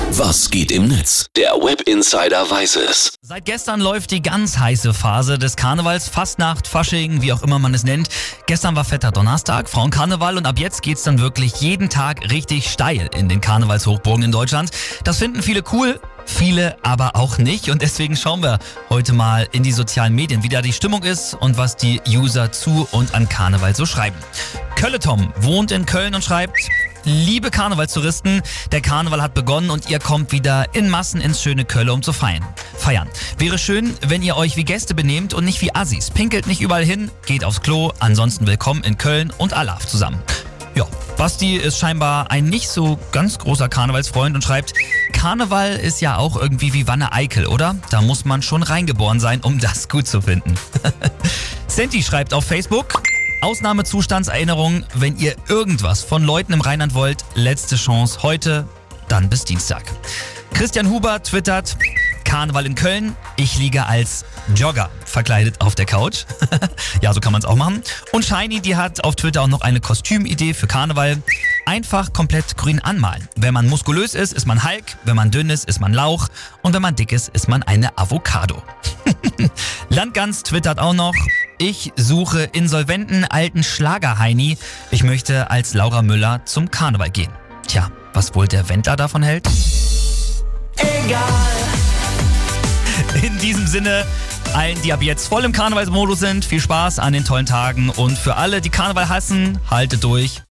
Was geht im Netz? Der Web Insider weiß es. Seit gestern läuft die ganz heiße Phase des Karnevals, Fastnacht, Fasching, wie auch immer man es nennt. Gestern war fetter Donnerstag, Frauenkarneval, und ab jetzt geht's dann wirklich jeden Tag richtig steil in den Karnevalshochburgen in Deutschland. Das finden viele cool, viele aber auch nicht, und deswegen schauen wir heute mal in die sozialen Medien, wie da die Stimmung ist und was die User zu und an Karneval so schreiben. Kölle-Tom wohnt in Köln und schreibt: Liebe Karnevalstouristen, der Karneval hat begonnen und ihr kommt wieder in Massen ins schöne Köln, um zu feiern. Wäre schön, wenn ihr euch wie Gäste benehmt und nicht wie Assis. Pinkelt nicht überall hin, geht aufs Klo, ansonsten willkommen in Köln und Alaf zusammen. Ja, Basti ist scheinbar ein nicht so ganz großer Karnevalsfreund und schreibt: Karneval ist ja auch irgendwie wie Wanne Eickel, oder? Da muss man schon reingeboren sein, um das gut zu finden. Senti schreibt auf Facebook: Ausnahmezustandserinnerung, wenn ihr irgendwas von Leuten im Rheinland wollt, letzte Chance heute, dann bis Dienstag. Christian Huber twittert: Karneval in Köln, ich liege als Jogger verkleidet auf der Couch. Ja, so kann man es auch machen. Und Shiny, die hat auf Twitter auch noch eine Kostümidee für Karneval. Einfach komplett grün anmalen. Wenn man muskulös ist, ist man Hulk. Wenn man dünn ist man Lauch. Und wenn man dick ist man eine Avocado. Landgans twittert auch noch: Ich suche insolventen alten Schlager-Heini. Ich möchte als Laura Müller zum Karneval gehen. Tja, was wohl der Wendler davon hält? Egal. In diesem Sinne, allen, die ab jetzt voll im Karnevalsmodus sind, viel Spaß an den tollen Tagen. Und für alle, die Karneval hassen, haltet durch.